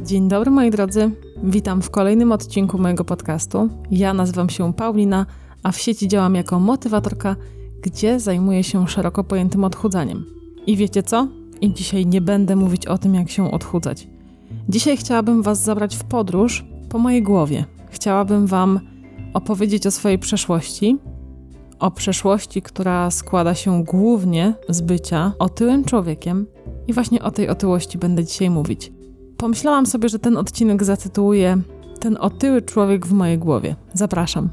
Dzień dobry moi drodzy, witam w kolejnym odcinku mojego podcastu. Ja nazywam się Paulina, a w sieci działam jako motywatorka, gdzie zajmuję się szeroko pojętym odchudzaniem. I wiecie co? I dzisiaj nie będę mówić o tym, jak się odchudzać. Dzisiaj chciałabym was zabrać w podróż po mojej głowie. Chciałabym wam opowiedzieć o swojej przeszłości, o przeszłości, która składa się głównie z bycia otyłym człowiekiem i właśnie o tej otyłości będę dzisiaj mówić. Pomyślałam sobie, że ten odcinek zatytułuję Ten otyły człowiek w mojej głowie. Zapraszam.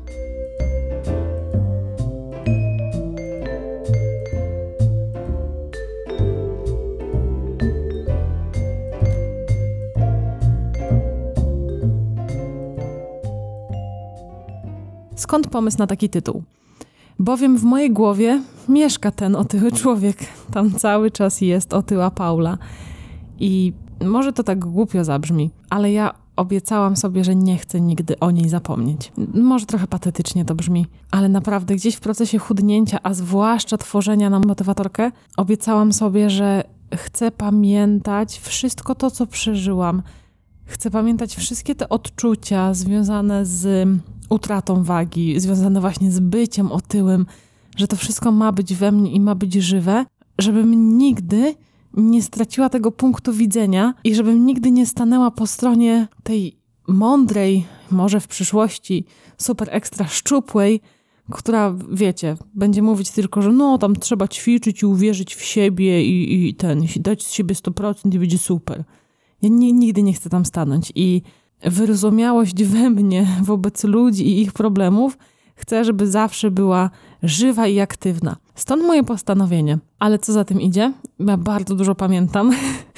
Skąd pomysł na taki tytuł? Bowiem w mojej głowie mieszka ten otyły człowiek. Tam cały czas jest otyła Paula. I może to tak głupio zabrzmi, ale ja obiecałam sobie, że nie chcę nigdy o niej zapomnieć. Może trochę patetycznie to brzmi, ale naprawdę gdzieś w procesie chudnięcia, a zwłaszcza tworzenia na motywatorkę, obiecałam sobie, że chcę pamiętać wszystko to, co przeżyłam. Chcę pamiętać wszystkie te odczucia związane z utratą wagi, związane właśnie z byciem otyłym, że to wszystko ma być we mnie i ma być żywe, żebym nigdy nie straciła tego punktu widzenia i żebym nigdy nie stanęła po stronie tej mądrej, może w przyszłości super ekstra szczupłej, która, wiecie, będzie mówić tylko, że no tam trzeba ćwiczyć i uwierzyć w siebie i dać z siebie 100% i będzie super. Ja nigdy nie chcę tam stanąć i wyrozumiałość we mnie wobec ludzi i ich problemów chcę, żeby zawsze była żywa i aktywna. Stąd moje postanowienie. Ale co za tym idzie? Ja bardzo dużo pamiętam.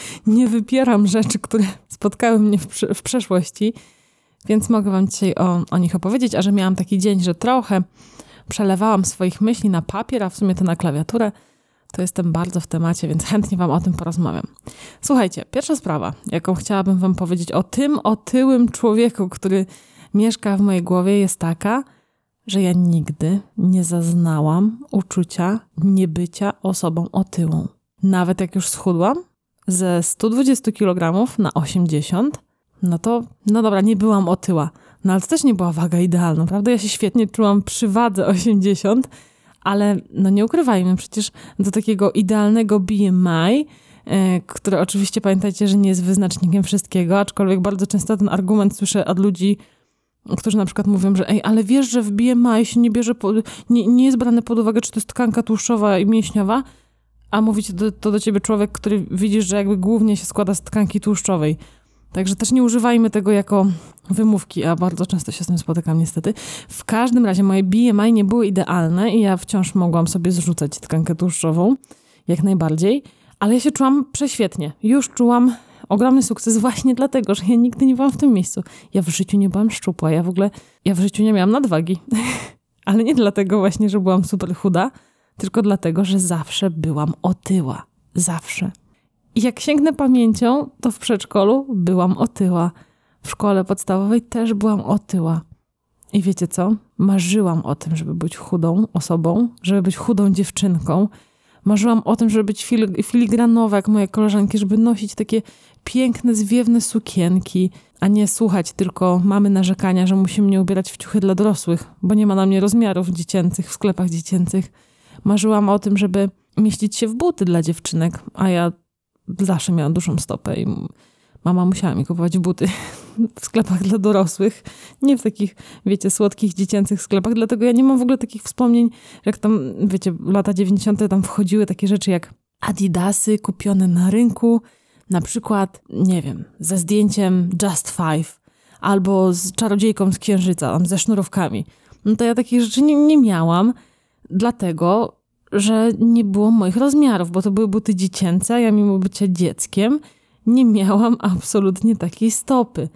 Nie rzeczy, które spotkały mnie w przeszłości, więc mogę wam dzisiaj o nich opowiedzieć, a że miałam taki dzień, że trochę przelewałam swoich myśli na papier, a w sumie to na klawiaturę, to jestem bardzo w temacie, więc chętnie wam o tym porozmawiam. Słuchajcie, pierwsza sprawa, jaką chciałabym wam powiedzieć o tym otyłym człowieku, który mieszka w mojej głowie, jest taka, że ja nigdy nie zaznałam uczucia niebycia osobą otyłą. Nawet jak już schudłam ze 120 kg na 80, no dobra, nie byłam otyła. No ale to też nie była waga idealna, prawda? Ja się świetnie czułam przy wadze 80, ale no nie ukrywajmy, przecież do takiego idealnego BMI, które oczywiście pamiętajcie, że nie jest wyznacznikiem wszystkiego, aczkolwiek bardzo często ten argument słyszę od ludzi, którzy na przykład mówią, że ale wiesz, że w BMI się nie bierze, nie jest brane pod uwagę, czy to jest tkanka tłuszczowa i mięśniowa, a mówi to do ciebie człowiek, który widzisz, że jakby głównie się składa z tkanki tłuszczowej. Także też nie używajmy tego jako wymówki, a bardzo często się z tym spotykam niestety. W każdym razie moje BMI nie były idealne i ja wciąż mogłam sobie zrzucać tkankę tłuszczową, jak najbardziej, ale ja się czułam prześwietnie. Już czułam ogromny sukces właśnie dlatego, że ja nigdy nie byłam w tym miejscu. Ja w życiu nie byłam szczupła, ja w życiu nie miałam nadwagi. Ale nie dlatego właśnie, że byłam super chuda, tylko dlatego, że zawsze byłam otyła. Zawsze. I jak sięgnę pamięcią, to w przedszkolu byłam otyła. W szkole podstawowej też byłam otyła. I wiecie co? Marzyłam o tym, żeby być chudą osobą, żeby być chudą dziewczynką. Marzyłam o tym, żeby być filigranowa jak moje koleżanki, żeby nosić takie piękne, zwiewne sukienki, a nie słuchać tylko mamy narzekania, że musimy mnie ubierać w ciuchy dla dorosłych, bo nie ma na mnie rozmiarów dziecięcych w sklepach dziecięcych. Marzyłam o tym, żeby mieścić się w buty dla dziewczynek, a ja zawsze miałam dużą stopę i mama musiała mi kupować buty w sklepach dla dorosłych, nie w takich, wiecie, słodkich, dziecięcych sklepach, dlatego ja nie mam w ogóle takich wspomnień, jak tam, wiecie, lata 90. tam wchodziły takie rzeczy jak Adidasy kupione na rynku, na przykład, nie wiem, ze zdjęciem Just Five albo z czarodziejką z Księżyca, tam ze sznurówkami. No to ja takich rzeczy nie miałam, dlatego, że nie było moich rozmiarów, bo to były buty dziecięce, ja mimo bycia dzieckiem nie miałam absolutnie takiej stopy.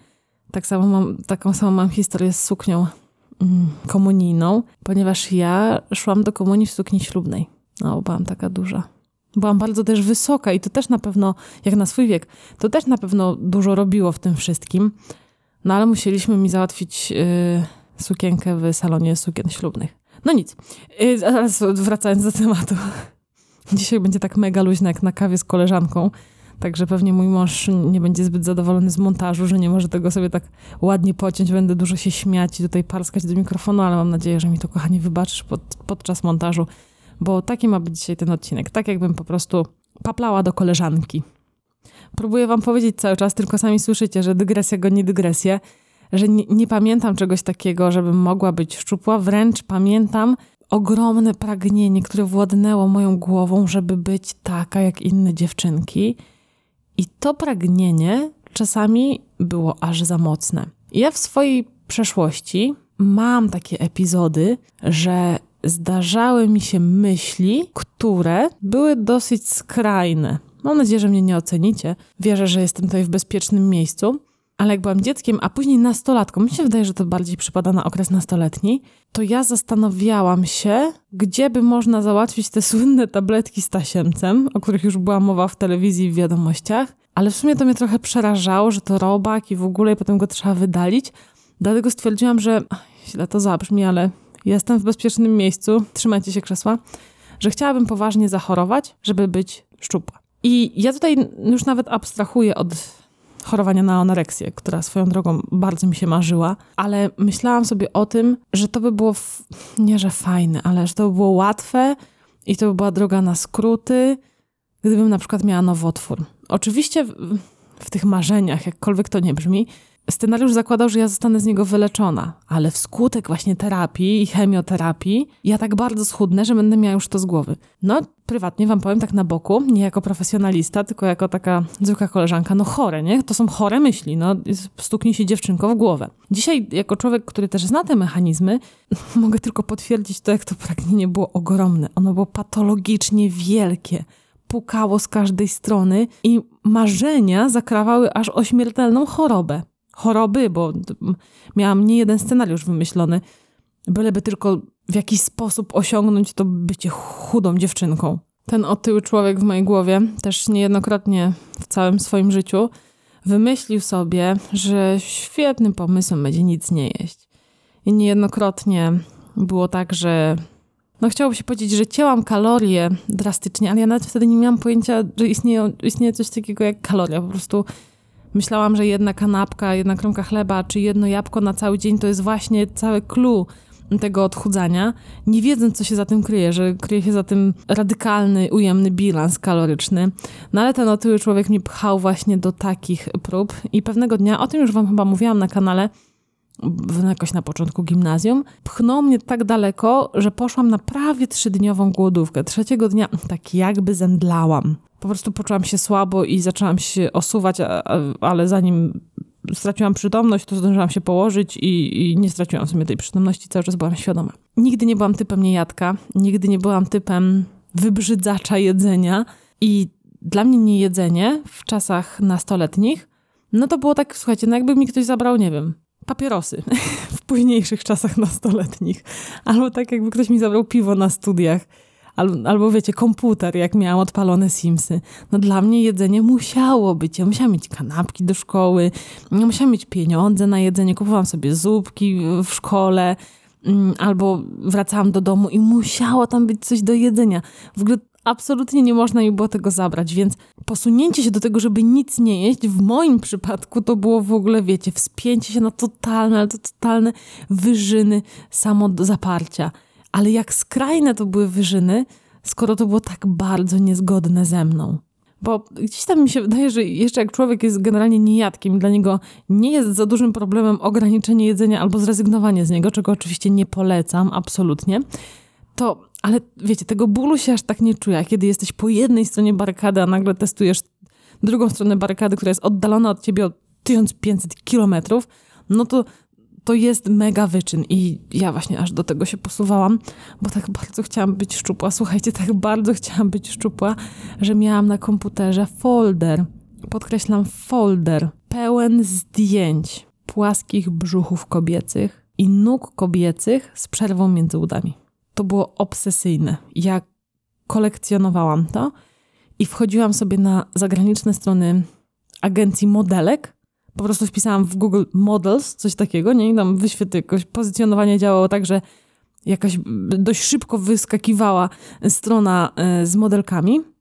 Taką samą mam historię z suknią komunijną, ponieważ ja szłam do komunii w sukni ślubnej. No, byłam taka duża. Byłam bardzo też wysoka i to też na pewno, jak na swój wiek, to też na pewno dużo robiło w tym wszystkim. No ale musieliśmy mi załatwić sukienkę w salonie sukien ślubnych. No nic, wracając do tematu. Dzisiaj będzie tak mega luźno jak na kawie z koleżanką. Także pewnie mój mąż nie będzie zbyt zadowolony z montażu, że nie może tego sobie tak ładnie pociąć. Będę dużo się śmiać i tutaj parskać do mikrofonu, ale mam nadzieję, że mi to, kochanie, wybaczysz podczas montażu, bo taki ma być dzisiaj ten odcinek. Tak jakbym po prostu paplała do koleżanki. Próbuję wam powiedzieć cały czas, tylko sami słyszycie, że dygresja goni dygresję, że nie pamiętam czegoś takiego, żebym mogła być szczupła. Wręcz pamiętam ogromne pragnienie, które władnęło moją głową, żeby być taka jak inne dziewczynki. I to pragnienie czasami było aż za mocne. Ja w swojej przeszłości mam takie epizody, że zdarzały mi się myśli, które były dosyć skrajne. Mam nadzieję, że mnie nie ocenicie. Wierzę, że jestem tutaj w bezpiecznym miejscu. Ale jak byłam dzieckiem, a później nastolatką, mi się wydaje, że to bardziej przypada na okres nastoletni, to ja zastanawiałam się, gdzie by można załatwić te słynne tabletki z tasiemcem, o których już była mowa w telewizji i w wiadomościach, ale w sumie to mnie trochę przerażało, że to robak i w ogóle i potem go trzeba wydalić. Dlatego stwierdziłam, że źle to zabrzmi, ale jestem w bezpiecznym miejscu, trzymajcie się krzesła, że chciałabym poważnie zachorować, żeby być szczupła. I ja tutaj już nawet abstrahuję od chorowania na anoreksję, która swoją drogą bardzo mi się marzyła, ale myślałam sobie o tym, że to by było, nie że fajne, ale że to by było łatwe i to by była droga na skróty, gdybym na przykład miała nowotwór. Oczywiście w tych marzeniach, jakkolwiek to nie brzmi, scenariusz zakładał, że ja zostanę z niego wyleczona, ale wskutek właśnie terapii i chemioterapii ja tak bardzo schudnę, że będę miała już to z głowy. No, prywatnie wam powiem tak na boku, nie jako profesjonalista, tylko jako taka zwykła koleżanka, no chore, nie? To są chore myśli, no stuknij się dziewczynko w głowę. Dzisiaj jako człowiek, który też zna te mechanizmy, mogę tylko potwierdzić to, jak to pragnienie było ogromne. Ono było patologicznie wielkie. Pukało z każdej strony i marzenia zakrawały aż o śmiertelną chorobę. Choroby, bo miałam nie jeden scenariusz wymyślony, byleby tylko w jakiś sposób osiągnąć to bycie chudą dziewczynką. Ten otyły człowiek w mojej głowie też niejednokrotnie w całym swoim życiu wymyślił sobie, że świetnym pomysłem będzie nic nie jeść. I niejednokrotnie było tak, że chciałoby się powiedzieć, że cięłam kalorie drastycznie, ale ja nawet wtedy nie miałam pojęcia, że istnieje coś takiego jak kaloria. Po prostu myślałam, że jedna kanapka, jedna kromka chleba czy jedno jabłko na cały dzień to jest właśnie cały clue tego odchudzania, nie wiedząc, co się za tym kryje, że kryje się za tym radykalny, ujemny bilans kaloryczny. No ale ten otyły człowiek mnie pchał właśnie do takich prób i pewnego dnia, o tym już wam chyba mówiłam na kanale, jakoś na początku gimnazjum, pchnął mnie tak daleko, że poszłam na prawie 3-dniową głodówkę. 3. dnia tak jakby zemdlałam. Po prostu poczułam się słabo i zaczęłam się osuwać, ale zanim straciłam przytomność, to zdążyłam się położyć i nie straciłam w sumie tej przytomności, cały czas byłam świadoma. Nigdy nie byłam typem niejadka, nigdy nie byłam typem wybrzydzacza jedzenia i dla mnie niejedzenie w czasach nastoletnich, no to było tak, słuchajcie, no jakby mi ktoś zabrał, nie wiem, papierosy w późniejszych czasach nastoletnich, albo tak jakby ktoś mi zabrał piwo na studiach, albo wiecie, komputer, jak miałam odpalone Simsy. No dla mnie jedzenie musiało być. Ja musiałam mieć kanapki do szkoły, musiałam mieć pieniądze na jedzenie, kupowałam sobie zupki w szkole, albo wracałam do domu i musiało tam być coś do jedzenia. W ogóle absolutnie nie można mi było tego zabrać, więc posunięcie się do tego, żeby nic nie jeść, w moim przypadku to było w ogóle, wiecie, wspięcie się na totalne wyżyny samozaparcia. Ale jak skrajne to były wyżyny, skoro to było tak bardzo niezgodne ze mną. Bo gdzieś tam mi się wydaje, że jeszcze jak człowiek jest generalnie niejadkiem i dla niego nie jest za dużym problemem ograniczenie jedzenia albo zrezygnowanie z niego, czego oczywiście nie polecam, absolutnie, to, ale wiecie, tego bólu się aż tak nie czuję. A kiedy jesteś po jednej stronie barykady, a nagle testujesz drugą stronę barykady, która jest oddalona od ciebie o 1500 kilometrów, no to jest mega wyczyn i ja właśnie aż do tego się posuwałam, bo tak bardzo chciałam być szczupła. Słuchajcie, tak bardzo chciałam być szczupła, że miałam na komputerze folder, podkreślam folder, pełen zdjęć płaskich brzuchów kobiecych i nóg kobiecych z przerwą między udami. To było obsesyjne. Ja kolekcjonowałam to i wchodziłam sobie na zagraniczne strony agencji modelek. Po prostu wpisałam w Google Models, coś takiego, nie? I tam jakoś pozycjonowanie działało tak, że jakaś dość szybko wyskakiwała strona z modelkami.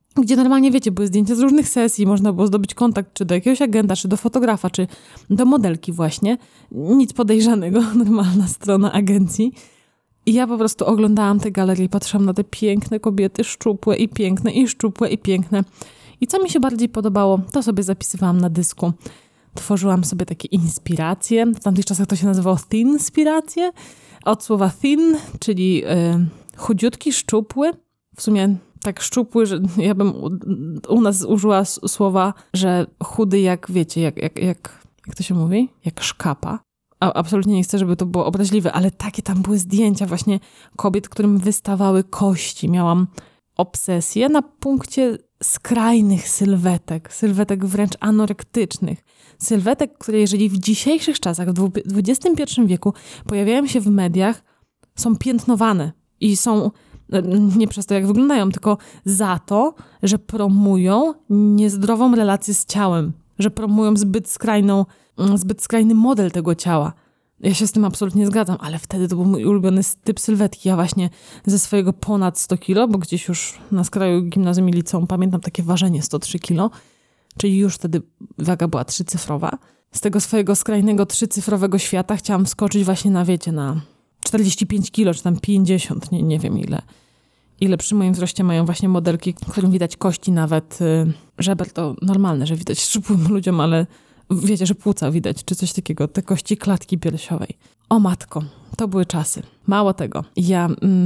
gdzie normalnie, wiecie, były zdjęcia z różnych sesji, można było zdobyć kontakt czy do jakiegoś agenta, czy do fotografa, czy do modelki właśnie. Nic podejrzanego, normalna strona agencji. I ja po prostu oglądałam tę galerię i patrzyłam na te piękne kobiety, szczupłe i piękne, i szczupłe i piękne. I co mi się bardziej podobało, to sobie zapisywałam na dysku. Tworzyłam sobie takie inspiracje. W tamtych czasach to się nazywało thinspiracje. Od słowa thin, czyli chudziutki, szczupły. W sumie tak szczupły, że ja bym u nas użyła słowa, że chudy jak, wiecie, jak to się mówi? Jak szkapa. Absolutnie nie chcę, żeby to było obraźliwe, ale takie tam były zdjęcia właśnie kobiet, którym wystawały kości. Miałam obsesję na punkcie skrajnych sylwetek wręcz anorektycznych. Sylwetek, które jeżeli w dzisiejszych czasach, w XXI wieku pojawiają się w mediach, są piętnowane i są nie przez to, jak wyglądają, tylko za to, że promują niezdrową relację z ciałem, że promują zbyt skrajny model tego ciała. Ja się z tym absolutnie zgadzam, ale wtedy to był mój ulubiony typ sylwetki. Ja właśnie ze swojego ponad 100 kilo, bo gdzieś już na skraju gimnazjum i liceum pamiętam takie ważenie 103 kilo, czyli już wtedy waga była 3-cyfrowa. Z tego swojego skrajnego 3-cyfrowego świata chciałam wskoczyć właśnie na, wiecie, na 45 kilo, czy tam 50, nie wiem ile przy moim wzroście mają właśnie modelki, którym widać kości nawet. Żeber to normalne, że widać szczupłym ludziom, ale wiecie, że płuca widać, czy coś takiego, te kości klatki piersiowej. O matko, to były czasy. Mało tego, ja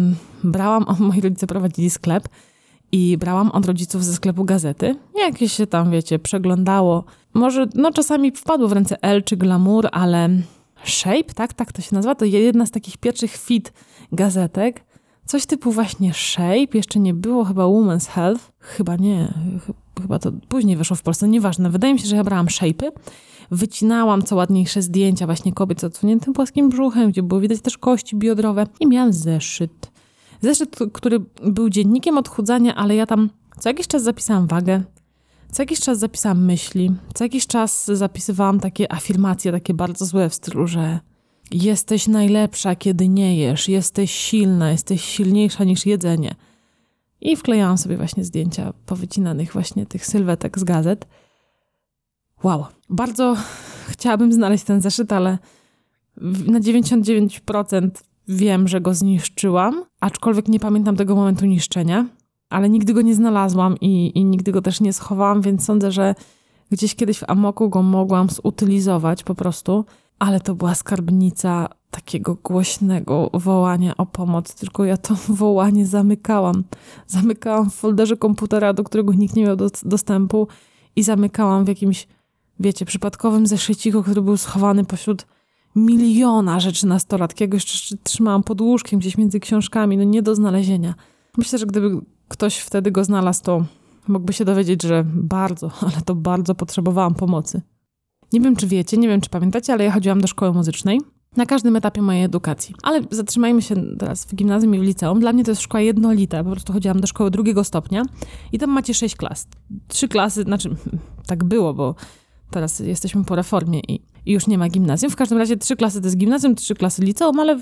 moi rodzice prowadzili sklep i brałam od rodziców ze sklepu gazety. Jakieś się tam, wiecie, przeglądało. Może, czasami wpadło w ręce Elle czy Glamour, ale Shape, tak to się nazywa, to jedna z takich pierwszych fit gazetek. Coś typu właśnie Shape, jeszcze nie było chyba Women's Health. Chyba nie, chyba to później wyszło w Polsce, nieważne. Wydaje mi się, że ja brałam Shape'y, wycinałam co ładniejsze zdjęcia właśnie kobiet z odsuniętym płaskim brzuchem, gdzie było widać też kości biodrowe i miałam zeszyt. Zeszyt, który był dziennikiem odchudzania, ale ja tam co jakiś czas zapisałam wagę, co jakiś czas zapisałam myśli, co jakiś czas zapisywałam takie afirmacje, takie bardzo złe w stylu, że jesteś najlepsza, kiedy nie jesz, jesteś silna, jesteś silniejsza niż jedzenie. I wklejałam sobie właśnie zdjęcia powycinanych właśnie tych sylwetek z gazet. Wow, bardzo chciałabym znaleźć ten zeszyt, ale na 99% wiem, że go zniszczyłam, aczkolwiek nie pamiętam tego momentu niszczenia, ale nigdy go nie znalazłam i nigdy go też nie schowałam, więc sądzę, że gdzieś kiedyś w amoku go mogłam zutylizować po prostu, ale to była skarbnica takiego głośnego wołania o pomoc, tylko ja to wołanie zamykałam. Zamykałam w folderze komputera, do którego nikt nie miał dostępu i zamykałam w jakimś, wiecie, przypadkowym zeszyciku, który był schowany pośród miliona rzeczy nastolatkiego. Jeszcze trzymałam pod łóżkiem gdzieś między książkami, nie do znalezienia. Myślę, że gdyby ktoś wtedy go znalazł, to mógłby się dowiedzieć, że bardzo potrzebowałam pomocy. Nie wiem, czy wiecie, nie wiem, czy pamiętacie, ale ja chodziłam do szkoły muzycznej na każdym etapie mojej edukacji. Ale zatrzymajmy się teraz w gimnazjum i w liceum. Dla mnie to jest szkoła jednolita. Po prostu chodziłam do szkoły 2 stopnia i tam macie 6 klas. 3 klasy, tak było, bo teraz jesteśmy po reformie i już nie ma gimnazjum. W każdym razie 3 klasy to jest gimnazjum, 3 klasy liceum, ale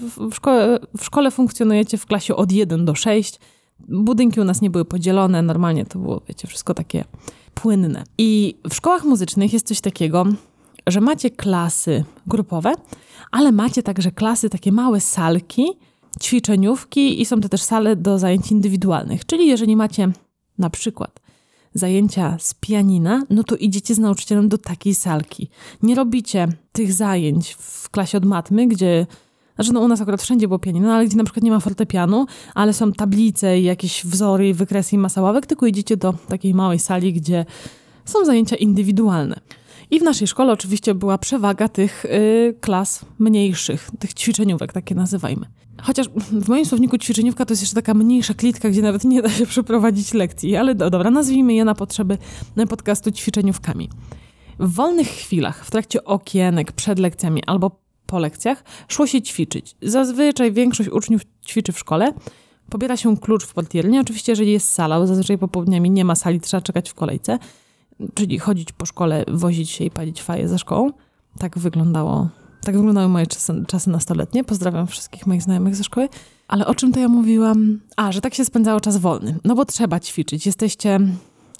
w szkole funkcjonujecie w klasie od 1 do 6. Budynki u nas nie były podzielone, normalnie to było, wiecie, wszystko takie płynne. I w szkołach muzycznych jest coś takiego, że macie klasy grupowe, ale macie także klasy, takie małe salki, ćwiczeniówki i są to też sale do zajęć indywidualnych. Czyli jeżeli macie na przykład zajęcia z pianina, to idziecie z nauczycielem do takiej salki. Nie robicie tych zajęć w klasie od matmy, gdzie, u nas akurat wszędzie było pianino, ale gdzie na przykład nie ma fortepianu, ale są tablice i jakieś wzory, wykresy i masa ławek, tylko idziecie do takiej małej sali, gdzie są zajęcia indywidualne. I w naszej szkole oczywiście była przewaga tych klas mniejszych, tych ćwiczeniówek, takie nazywajmy. Chociaż w moim słowniku ćwiczeniówka to jest jeszcze taka mniejsza klitka, gdzie nawet nie da się przeprowadzić lekcji, ale dobra, nazwijmy je na potrzeby podcastu ćwiczeniówkami. W wolnych chwilach, w trakcie okienek, przed lekcjami albo po lekcjach szło się ćwiczyć. Zazwyczaj większość uczniów ćwiczy w szkole, pobiera się klucz w portierni, oczywiście jeżeli jest sala, bo zazwyczaj popołudniami nie ma sali, trzeba czekać w kolejce, czyli chodzić po szkole, wozić się i palić faję za szkołą. Tak wyglądały moje czasy nastoletnie. Pozdrawiam wszystkich moich znajomych ze szkoły. Ale o czym to ja mówiłam? Że tak się spędzało czas wolny. Bo trzeba ćwiczyć. Jesteście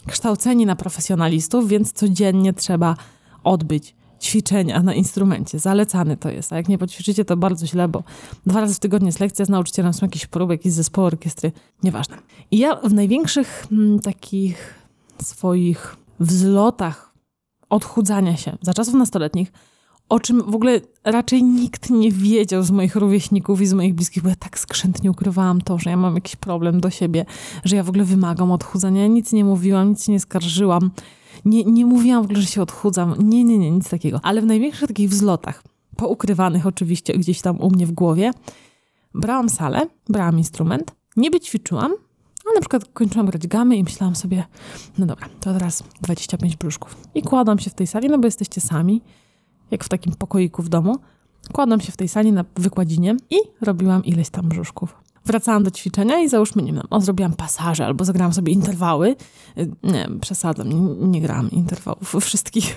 kształceni na profesjonalistów, więc codziennie trzeba odbyć ćwiczenia na instrumencie. Zalecany to jest. A jak nie poćwiczycie, to bardzo źle, bo 2 razy w tygodniu jest lekcja z nauczycielem, są jakieś próby, jakieś zespoły, orkiestry, nieważne. I ja w największych takich swoich wzlotach odchudzania się za czasów nastoletnich, o czym w ogóle raczej nikt nie wiedział z moich rówieśników i z moich bliskich, bo ja tak skrzętnie ukrywałam to, że ja mam jakiś problem do siebie, że ja w ogóle wymagam odchudzania. Ja nic nie mówiłam, nic się nie skarżyłam. Nie mówiłam w ogóle, że się odchudzam. Nie, nic takiego. Ale w największych takich wzlotach, poukrywanych oczywiście gdzieś tam u mnie w głowie, brałam salę, brałam instrument, niby ćwiczyłam, a na przykład kończyłam grać gamy i myślałam sobie, no dobra, to teraz 25 brzuszków. I kładłam się w tej sali, no bo jesteście sami, jak w takim pokoiku w domu. Kładłam się w tej sali na wykładzinie i robiłam ileś tam brzuszków. Wracałam do ćwiczenia i załóżmy, nie wiem, zrobiłam pasaże albo zagrałam sobie interwały. Nie, przesadzam, nie grałam interwałów wszystkich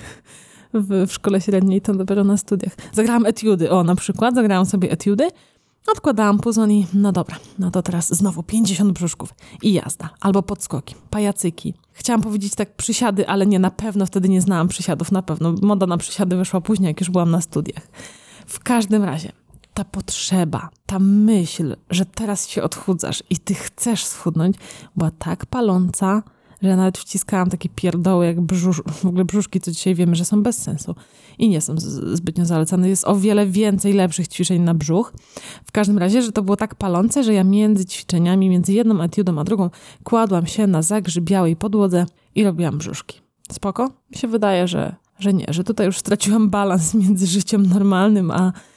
w szkole średniej, to dopiero na studiach. Zagrałam etiudy, na przykład, zagrałam sobie etiudy, odkładałam puzon i no dobra, no to teraz znowu 50 brzuszków i jazda. Albo podskoki, pajacyki. Chciałam powiedzieć tak przysiady, ale nie, na pewno wtedy nie znałam przysiadów, na pewno. Moda na przysiady wyszła później, jak już byłam na studiach. W każdym razie ta potrzeba, ta myśl, że teraz się odchudzasz i ty chcesz schudnąć, była tak paląca, że ja nawet wciskałam takie pierdoły jak w ogóle brzuszki, co dzisiaj wiemy, że są bez sensu i nie są zbytnio zalecane. Jest o wiele więcej lepszych ćwiczeń na brzuch. W każdym razie, że to było tak palące, że ja między ćwiczeniami, między jedną etiudą a drugą kładłam się na zagrzybiałej podłodze i robiłam brzuszki. Spoko? Mi się wydaje, że nie, że tutaj już straciłam balans między życiem normalnym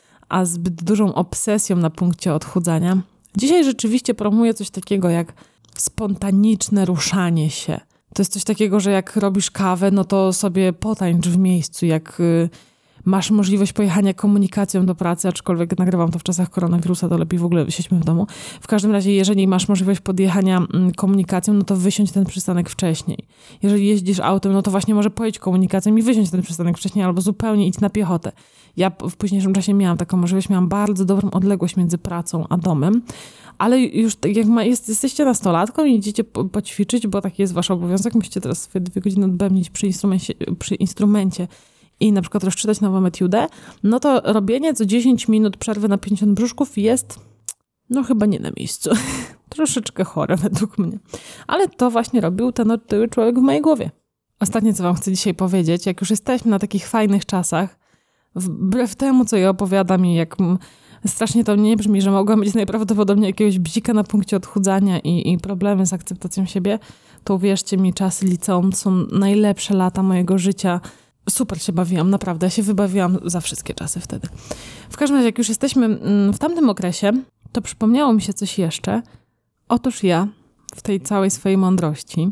a zbyt dużą obsesją na punkcie odchudzania. Dzisiaj rzeczywiście promuję coś takiego jak spontaniczne ruszanie się. To jest coś takiego, że jak robisz kawę, no to sobie potańcz w miejscu. Jak masz możliwość pojechania komunikacją do pracy, aczkolwiek nagrywam to w czasach koronawirusa, to lepiej w ogóle siedźmy w domu. W każdym razie, jeżeli masz możliwość podjechania komunikacją, no to wysiądź ten przystanek wcześniej. Jeżeli jeździsz autem, no to właśnie może pojedź komunikacją i wysiądź ten przystanek wcześniej, albo zupełnie idź na piechotę. Ja w późniejszym czasie miałam taką możliwość, miałam bardzo dobrą odległość między pracą a domem, ale już tak jak jesteście nastolatką i idziecie poćwiczyć, bo taki jest wasz obowiązek, musicie teraz swoje 2 godziny odbębnić przy instrumencie i na przykład rozczytać nową etiudę, no to robienie co 10 minut przerwy na 50 brzuszków jest chyba nie na miejscu. Troszeczkę chore według mnie. Ale to właśnie robił ten otyły człowiek w mojej głowie. Ostatnie, co wam chcę dzisiaj powiedzieć, jak już jesteśmy na takich fajnych czasach, wbrew temu, co ja opowiadam i jak strasznie to nie brzmi, że mogłam mieć najprawdopodobniej jakiegoś bzika na punkcie odchudzania i problemy z akceptacją siebie, to uwierzcie mi, czasy liceum są najlepsze lata mojego życia. Super się bawiłam, naprawdę. Ja się wybawiłam za wszystkie czasy wtedy. W każdym razie, jak już jesteśmy w tamtym okresie, to przypomniało mi się coś jeszcze. Otóż ja w tej całej swojej mądrości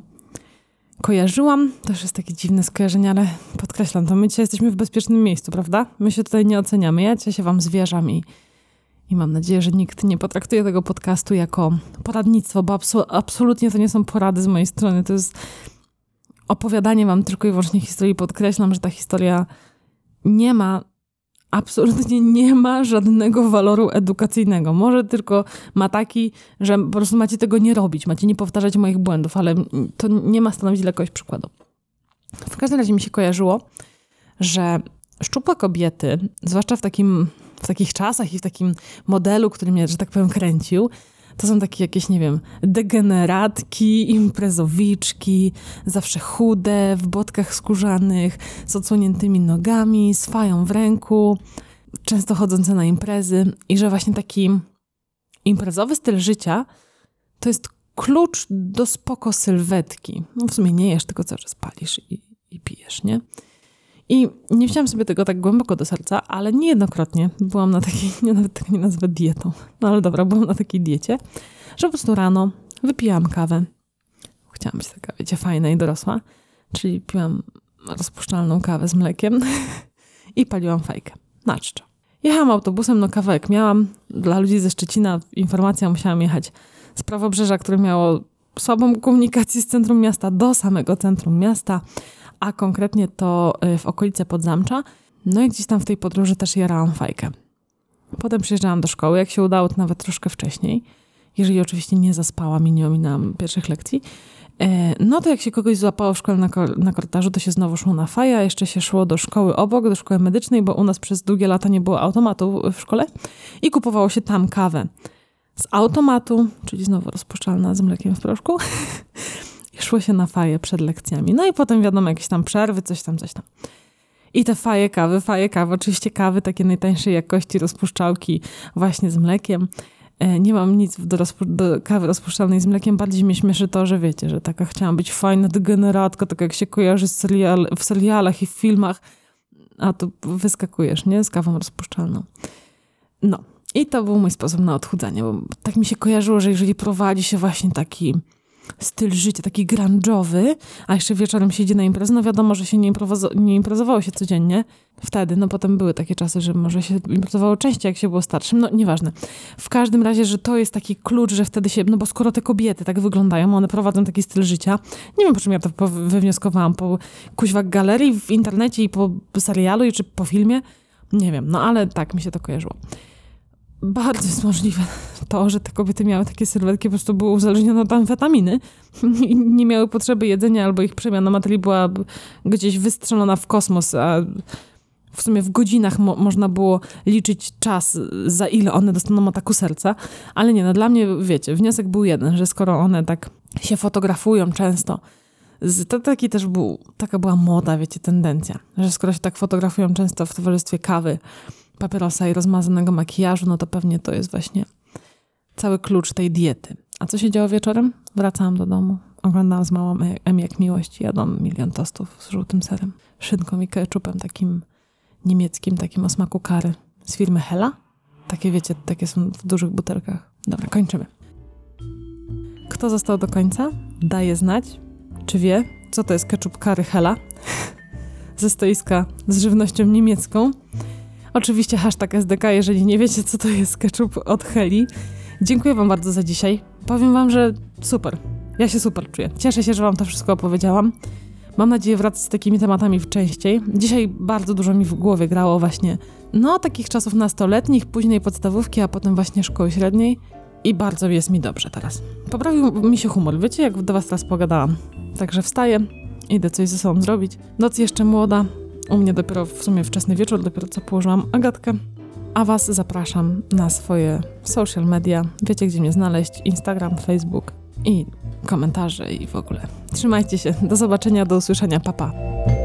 kojarzyłam, też jest takie dziwne skojarzenie, ale podkreślam to, my dzisiaj jesteśmy w bezpiecznym miejscu, prawda? My się tutaj nie oceniamy, ja dzisiaj się wam zwierzam i mam nadzieję, że nikt nie potraktuje tego podcastu jako poradnictwo, bo absolutnie to nie są porady z mojej strony, to jest opowiadanie wam tylko i wyłącznie historii. Podkreślam, że ta historia absolutnie nie ma żadnego waloru edukacyjnego. Może tylko ma taki, że po prostu macie tego nie robić, macie nie powtarzać moich błędów, ale to nie ma stanowić dla kogoś przykładu. W każdym razie mi się kojarzyło, że szczupłe kobiety, zwłaszcza w takich czasach i w takim modelu, który mnie, że tak powiem, kręcił, to są takie jakieś, nie wiem, degeneratki, imprezowiczki, zawsze chude, w botkach skórzanych, z odsłoniętymi nogami, z fają w ręku, często chodzące na imprezy i że właśnie taki imprezowy styl życia to jest klucz do spoko sylwetki. No w sumie nie jesz, tylko cały czas palisz i pijesz, nie? I nie wziąłam sobie tego tak głęboko do serca, ale niejednokrotnie byłam na takiej, nawet tego nie nazwę dietą, no ale dobra, byłam na takiej diecie, że po prostu rano wypijałam kawę. Chciałam być taka, wiecie, fajna i dorosła, czyli piłam rozpuszczalną kawę z mlekiem i paliłam fajkę na czczo. Jechałam autobusem, no kawałek miałam. Dla ludzi ze Szczecina informacja, musiałam jechać z Prawobrzeża, które miało słabą komunikację z centrum miasta do samego centrum miasta, a konkretnie to w okolice Podzamcza. No i gdzieś tam w tej podróży też jarałam fajkę. Potem przyjeżdżałam do szkoły, jak się udało, to nawet troszkę wcześniej. jeżeli oczywiście nie zaspałam i nie ominęłam pierwszych lekcji. No to jak się kogoś złapało w szkole na korytarzu, to się znowu szło na faja, jeszcze się szło do szkoły obok, do szkoły medycznej, bo u nas przez długie lata nie było automatu w szkole i kupowało się tam kawę z automatu, czyli znowu rozpuszczalna z mlekiem w proszku. I szło się na faję przed lekcjami. No i potem wiadomo, jakieś tam przerwy, coś tam. I te faje kawy, oczywiście kawy takie najtańszej jakości, rozpuszczałki właśnie z mlekiem. Nie mam nic do kawy rozpuszczalnej z mlekiem. Bardziej mnie śmieszy to, że wiecie, że taka chciałam być fajna degeneratka, tak jak się kojarzy w serialach i w filmach, a tu wyskakujesz, nie? Z kawą rozpuszczalną. No. I to był mój sposób na odchudzanie, bo tak mi się kojarzyło, że jeżeli prowadzi się właśnie taki styl życia, taki grunge'owy, a jeszcze wieczorem się idzie na imprezę, no wiadomo, że się nie imprezowało się codziennie. Wtedy, no potem były takie czasy, że może się imprezowało częściej, jak się było starszym, no nieważne. W każdym razie, że to jest taki klucz, że wtedy się, no bo skoro te kobiety tak wyglądają, one prowadzą taki styl życia, nie wiem, po czym ja to wywnioskowałam, po kuźwa galerii w internecie i po serialu, czy po filmie, nie wiem, no ale tak mi się to kojarzyło. Bardzo jest możliwe to, że te kobiety miały takie sylwetki, po prostu były uzależnione od amfetaminy i nie miały potrzeby jedzenia, albo ich przemiana materii była gdzieś wystrzelona w kosmos, a w sumie w godzinach można było liczyć czas, za ile one dostaną ataku serca. Ale nie, no dla mnie, wiecie, wniosek był jeden, że skoro one tak się fotografują często, to taka była moda, wiecie, tendencja, że skoro się tak fotografują często w towarzystwie kawy, papierosa i rozmazanego makijażu, no to pewnie to jest właśnie cały klucz tej diety. A co się działo wieczorem? Wracałam do domu, oglądałam z małą M jak miłość i jadłam 1 000 000 tostów z żółtym serem, szynką i ketchupem takim niemieckim, takim o smaku curry z firmy Hela. Takie wiecie, takie są w dużych butelkach. Dobra, kończymy. Kto został do końca? Daje znać, czy wie, co to jest ketchup curry Hela ze stoiska z żywnością niemiecką. Oczywiście #SDK, jeżeli nie wiecie, co to jest ketchup od Heli. Dziękuję wam bardzo za dzisiaj. Powiem wam, że super. Ja się super czuję. Cieszę się, że wam to wszystko opowiedziałam. Mam nadzieję wracać z takimi tematami częściej. Dzisiaj bardzo dużo mi w głowie grało właśnie takich czasów nastoletnich, później podstawówki, a potem właśnie szkoły średniej. I bardzo jest mi dobrze teraz. Poprawił mi się humor. Wiecie, jak do was teraz pogadałam. Także wstaję, idę coś ze sobą zrobić. Noc jeszcze młoda. U mnie dopiero w sumie wczesny wieczór, dopiero co położyłam Agatkę. A was zapraszam na swoje social media. Wiecie, gdzie mnie znaleźć. Instagram, Facebook i komentarze i w ogóle. Trzymajcie się. Do zobaczenia, do usłyszenia. Pa, pa.